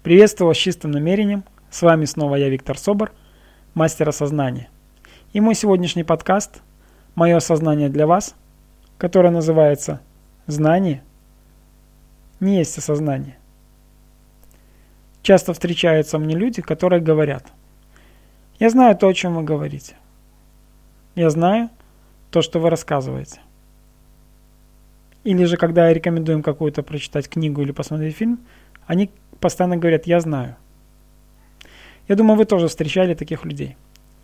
Приветствую вас с чистым намерением. С вами снова я, Виктор Собор, мастер осознания. И мой сегодняшний подкаст «Мое осознание для вас», которое называется «Знание не есть осознание». Часто встречаются мне люди, которые говорят: «Я знаю то, о чем вы говорите. Я знаю то, что вы рассказываете». Или же, когда я рекомендую им какую-то прочитать книгу или посмотреть фильм, они постоянно говорят: «Я знаю». Я думаю, вы тоже встречали таких людей.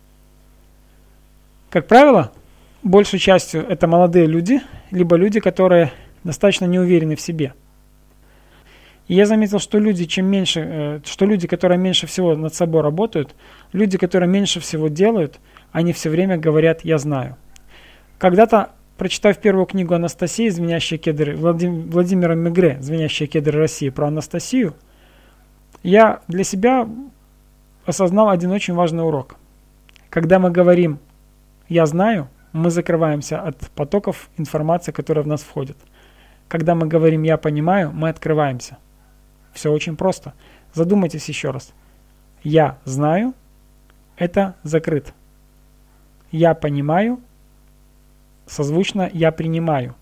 Как правило, большей частью это молодые люди, либо люди, которые достаточно не уверены в себе. И я заметил, что люди, которые меньше всего над собой работают, люди, которые меньше всего делают, они все время говорят: «Я знаю». Когда-то, прочитав первую книгу Анастасии «Звенящие кедры» Владимира Мегре «Звенящие кедры России» про Анастасию, я для себя осознал один очень важный урок. Когда мы говорим «я знаю», мы закрываемся от потоков информации, которые в нас входят. Когда мы говорим «я понимаю», мы открываемся. Все очень просто. Задумайтесь еще раз. «Я знаю» – это закрыт. «Я понимаю» созвучно «я принимаю».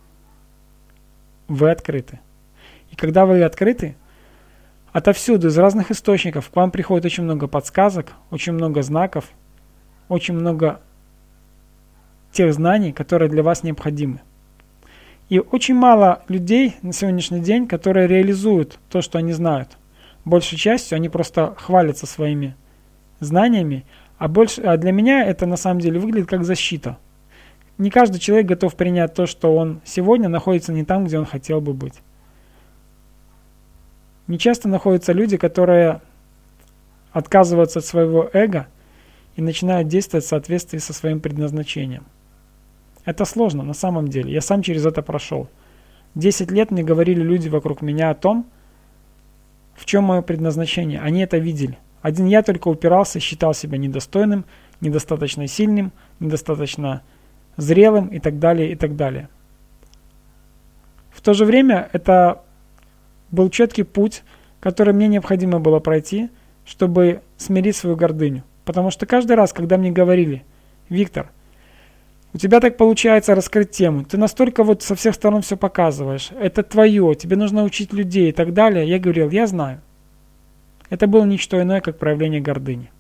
Вы открыты. И когда вы открыты, отовсюду, из разных источников к вам приходит очень много подсказок, очень много знаков, очень много тех знаний, которые для вас необходимы. И очень мало людей на сегодняшний день, которые реализуют то, что они знают. Большей частью они просто хвалятся своими знаниями, а для меня это на самом деле выглядит как защита. Не каждый человек готов принять то, что он сегодня находится не там, где он хотел бы быть. Нечасто находятся люди, которые отказываются от своего эго и начинают действовать в соответствии со своим предназначением. Это сложно на самом деле. Я сам через это прошел. 10 лет мне говорили люди вокруг меня о том, в чем мое предназначение. Они это видели. Один я только упирался, считал себя недостойным, недостаточно сильным, недостаточно зрелым и так далее, и так далее. В то же время это был четкий путь, который мне необходимо было пройти, чтобы смирить свою гордыню. Потому что каждый раз, когда мне говорили: «Виктор, у тебя так получается раскрыть тему, ты настолько вот со всех сторон все показываешь, это твое, тебе нужно учить людей» и так далее, я говорил: «Я знаю». Это было ничто иное, как проявление гордыни.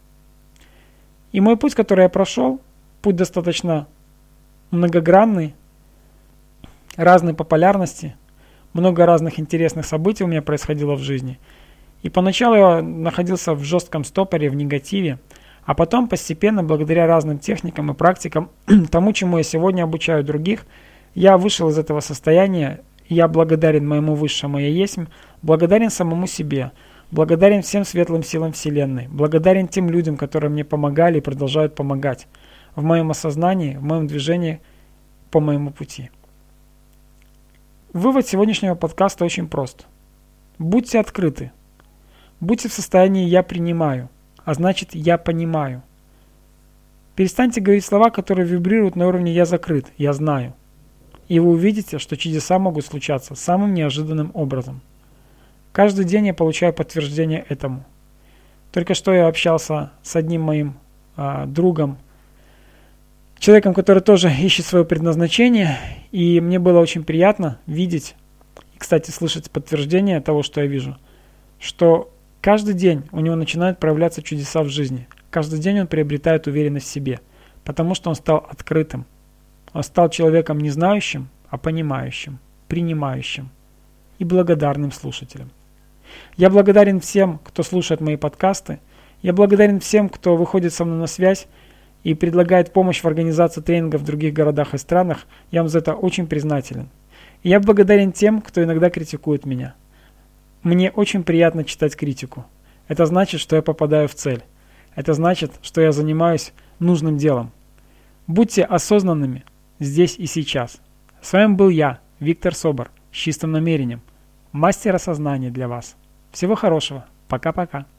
И мой путь, который я прошел, путь достаточно многогранный, разной популярности, много разных интересных событий у меня происходило в жизни. И поначалу я находился в жестком стопоре, в негативе, а потом постепенно, благодаря разным техникам и практикам, тому, чему я сегодня обучаю других, я вышел из этого состояния. Я благодарен моему высшему «Я есть», благодарен самому себе, благодарен всем светлым силам Вселенной, благодарен тем людям, которые мне помогали и продолжают помогать в моем осознании, в моем движении по моему пути. Вывод сегодняшнего подкаста очень прост. Будьте открыты. Будьте в состоянии «я принимаю», а значит «я понимаю». Перестаньте говорить слова, которые вибрируют на уровне «я закрыт», «я знаю». И вы увидите, что чудеса могут случаться самым неожиданным образом. Каждый день я получаю подтверждение этому. Только что я общался с одним моим другом, человеком, который тоже ищет свое предназначение, и мне было очень приятно видеть и, кстати, слышать подтверждение того, что я вижу, что каждый день у него начинают проявляться чудеса в жизни. Каждый день он приобретает уверенность в себе, потому что он стал открытым. Он стал человеком не знающим, а понимающим, принимающим и благодарным слушателем. Я благодарен всем, кто слушает мои подкасты. Я благодарен всем, кто выходит со мной на связь и предлагает помощь в организации тренингов в других городах и странах. Я вам за это очень признателен. И я благодарен тем, кто иногда критикует меня. Мне очень приятно читать критику. Это значит, что я попадаю в цель. Это значит, что я занимаюсь нужным делом. Будьте осознанными здесь и сейчас. С вами был я, Виктор Собор, с чистым намерением. Мастер осознания для вас. Всего хорошего. Пока-пока.